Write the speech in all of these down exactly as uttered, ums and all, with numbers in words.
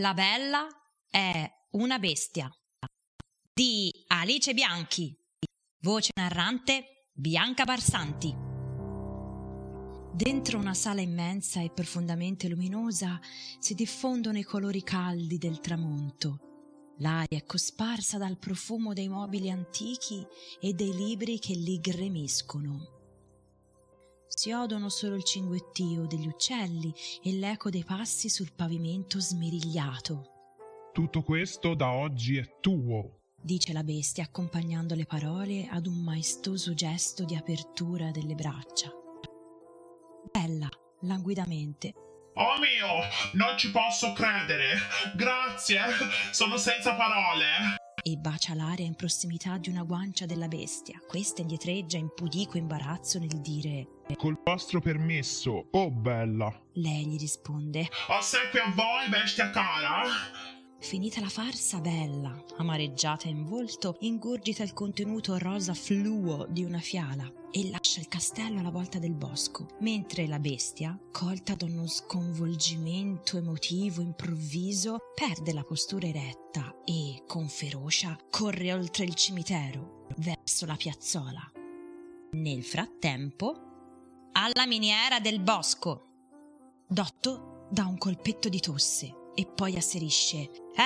La Bella è una bestia di Alice Bianchi, voce narrante Bianca Barsanti. Dentro una sala immensa e profondamente luminosa si diffondono i colori caldi del tramonto. L'aria è cosparsa dal profumo dei mobili antichi e dei libri che lì gremiscono. Si odono solo il cinguettio degli uccelli e l'eco dei passi sul pavimento smerigliato. Tutto questo da oggi è tuo, dice la bestia accompagnando le parole ad un maestoso gesto di apertura delle braccia. Bella, languidamente. Oh mio, non ci posso credere! Grazie, sono senza parole! E bacia l'aria in prossimità di una guancia della bestia. Questa indietreggia in pudico imbarazzo nel dire: col vostro permesso, oh bella. Lei gli risponde: ossequio a voi, bestia cara. Finita la farsa, Bella, amareggiata in volto, ingurgita il contenuto rosa fluo di una fiala e lascia il castello alla volta del bosco, mentre la bestia, colta da uno sconvolgimento emotivo improvviso, perde la postura eretta e, con ferocia, corre oltre il cimitero, verso la piazzola. Nel frattempo, alla miniera del bosco, Dotto dà un colpetto di tosse e poi asserisce: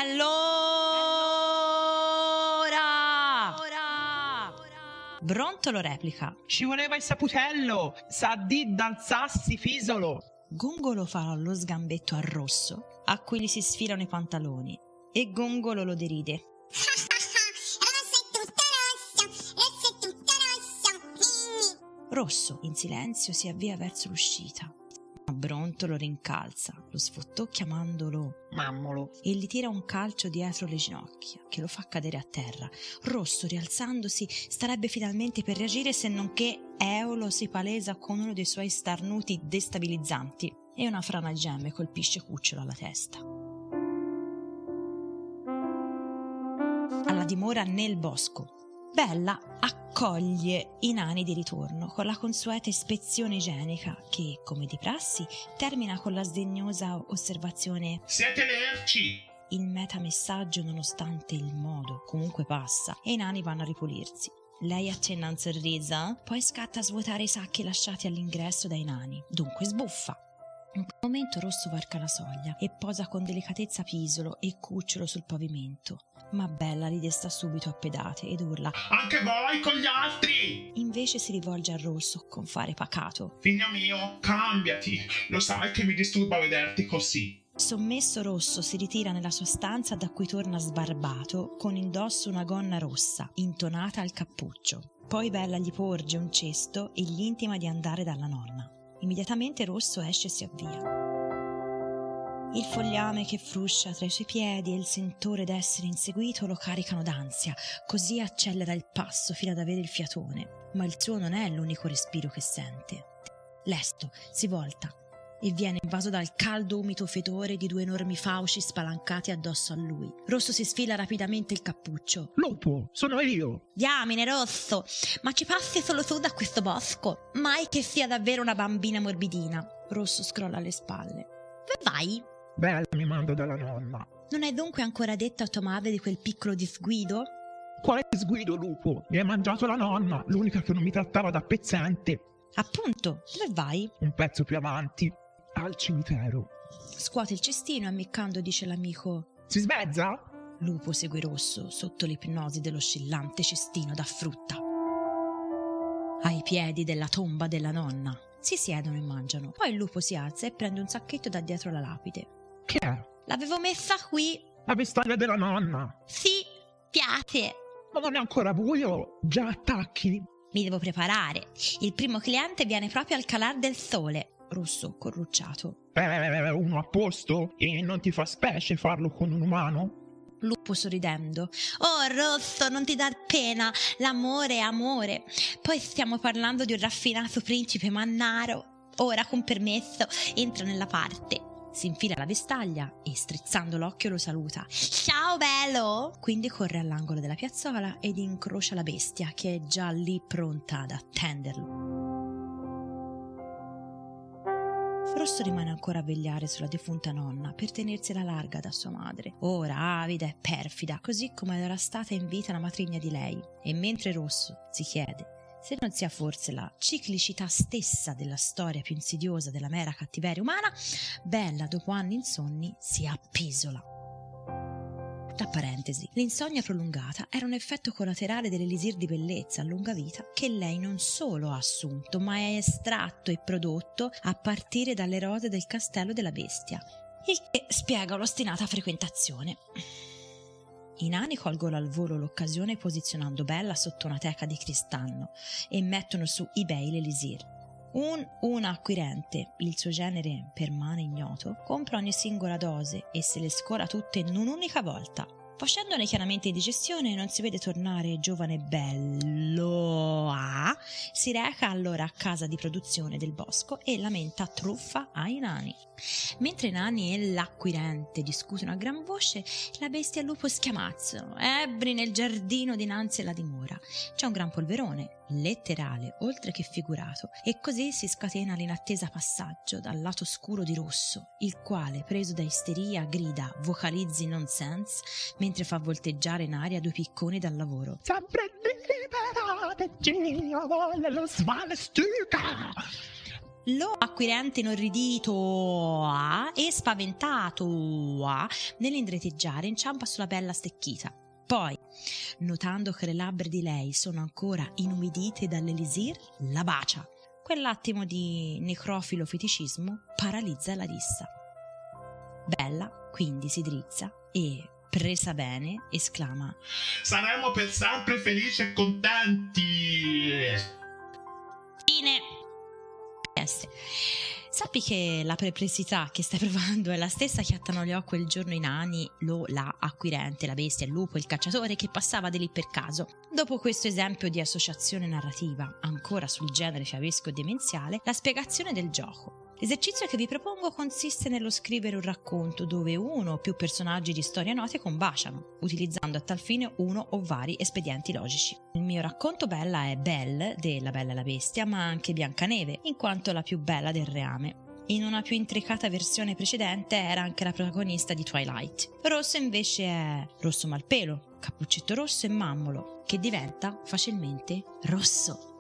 allora! Brontolo replica: ci voleva il saputello, sa di d'alzassi fisolo. Gongolo fa lo sgambetto al Rosso, a cui gli si sfilano i pantaloni, e Gongolo lo deride. Rosso è tutto rosso, rosso è tutto rosso. Rosso, in silenzio, si avvia verso l'uscita. Ma Brontolo rincalza, lo sfottò chiamandolo mammolo e gli tira un calcio dietro le ginocchia che lo fa cadere a terra. Rosso, rialzandosi, starebbe finalmente per reagire se non che Eolo si palesa con uno dei suoi starnuti destabilizzanti e una frana gemme colpisce Cucciolo alla testa. Alla dimora nel bosco, Bella accoglie i nani di ritorno con la consueta ispezione igienica che, come di prassi, termina con la sdegnosa osservazione: siete lerci! Il metamessaggio, nonostante il modo, comunque passa e i nani vanno a ripulirsi. Lei accenna un sorriso, poi scatta a svuotare i sacchi lasciati all'ingresso dai nani, dunque sbuffa. In quel momento Rosso varca la soglia e posa con delicatezza Pisolo e Cucciolo sul pavimento, ma Bella li desta subito a pedate ed urla: anche voi con gli altri! Invece si rivolge a Rosso con fare pacato: figlio mio, cambiati, lo sai che mi disturba vederti così. Sommesso Rosso si ritira nella sua stanza, da cui torna sbarbato, con indosso una gonna rossa, intonata al cappuccio. Poi Bella gli porge un cesto e gli intima di andare dalla nonna. Immediatamente Rosso esce e si avvia. Il fogliame che fruscia tra i suoi piedi e il sentore d'essere inseguito lo caricano d'ansia, così accelera il passo fino ad avere il fiatone, ma il suo non è l'unico respiro che sente. Lesto si volta e viene invaso dal caldo umido fetore di due enormi fauci spalancati addosso a lui. Rosso si sfila rapidamente il cappuccio. Lupo, sono io! Diamine, Rosso, ma ci passi solo tu da questo bosco? Mai che sia davvero una bambina morbidina. Rosso scrolla le spalle. Dove vai? Bella, mi mando dalla nonna. Non hai dunque ancora detto a tua madre di quel piccolo disguido? Quale disguido, Lupo? Mi hai mangiato la nonna, l'unica che non mi trattava da pezzente. Appunto, dove vai? Un pezzo più avanti, al cimitero. Scuote il cestino e ammiccando dice l'amico: si svezza? Lupo segue Rosso sotto l'ipnosi dell'oscillante cestino da frutta. Ai piedi della tomba della nonna si siedono e mangiano. Poi il lupo si alza e prende un sacchetto da dietro la lapide. Che è? L'avevo messa qui. La vestaglia della nonna. Sì, piace. Ma non è ancora buio, già attacchi. Mi devo preparare. Il primo cliente viene proprio al calar del sole. Rosso corrucciato. Eh, uno a posto? E non ti fa specie farlo con un umano? Lupo sorridendo: oh Rosso, non ti dar pena, l'amore è amore. Poi stiamo parlando di un raffinato principe mannaro. Ora, con permesso, entra nella parte. Si infila la vestaglia e, strizzando l'occhio, lo saluta: ciao bello! Quindi corre all'angolo della piazzola ed incrocia la bestia, che è già lì pronta ad attenderlo. Rosso rimane ancora a vegliare sulla defunta nonna per tenersela larga da sua madre, ora avida e perfida, così come era stata in vita la matrigna di lei. E mentre Rosso si chiede se non sia forse la ciclicità stessa della storia più insidiosa della mera cattiveria umana, Bella, dopo anni insonni, si appisola. Tra parentesi, l'insonnia prolungata era un effetto collaterale dell'elisir di bellezza a lunga vita che lei non solo ha assunto, ma è estratto e prodotto a partire dalle rose del castello della bestia, il che spiega l'ostinata frequentazione. I nani colgono al volo l'occasione posizionando Bella sotto una teca di cristallo e mettono su eBay l'elisir. Un una acquirente, il suo genere permane ignoto, compra ogni singola dose e se le scola tutte in un'unica volta. Facendone chiaramente indigestione, non si vede tornare giovane bello. Ah, si reca allora a casa di produzione del bosco e lamenta truffa ai nani. Mentre i nani e l'acquirente discutono a gran voce, la bestia lupo schiamazzo, ebbri nel giardino dinanzi alla dimora. C'è un gran polverone, letterale oltre che figurato, e così si scatena l'inattesa passaggio dal lato scuro di Rosso, il quale, preso da isteria, grida vocalizzi nonsense mentre fa volteggiare in aria due picconi dal lavoro. Sempre liberate, Dio vuole lo svalestuca. Lo acquirente inorridito ah, e spaventato ah, nell'indreteggiare inciampa sulla Bella stecchita. Poi, notando che le labbra di lei sono ancora inumidite dall'elisir, la bacia. Quell'attimo di necrofilo feticismo paralizza la rissa. Bella quindi si drizza e, presa bene, esclama: Saremo per sempre felici e contenti. Fine. P S. Sappi che la perplessità che stai provando è la stessa che attanagliò quel giorno i nani, lo, la acquirente, la bestia, il lupo, il cacciatore che passava di lì per caso. Dopo questo esempio di associazione narrativa, ancora sul genere fiabesco e demenziale, la spiegazione del gioco. L'esercizio che vi propongo consiste nello scrivere un racconto dove uno o più personaggi di storie note combaciano, utilizzando a tal fine uno o vari espedienti logici. Il mio racconto Bella è Belle, della Bella e la Bestia, ma anche Biancaneve, in quanto la più bella del reame. In una più intricata versione precedente era anche la protagonista di Twilight. Rosso invece è Rosso Malpelo, Cappuccetto Rosso e Mammolo, che diventa facilmente Rosso.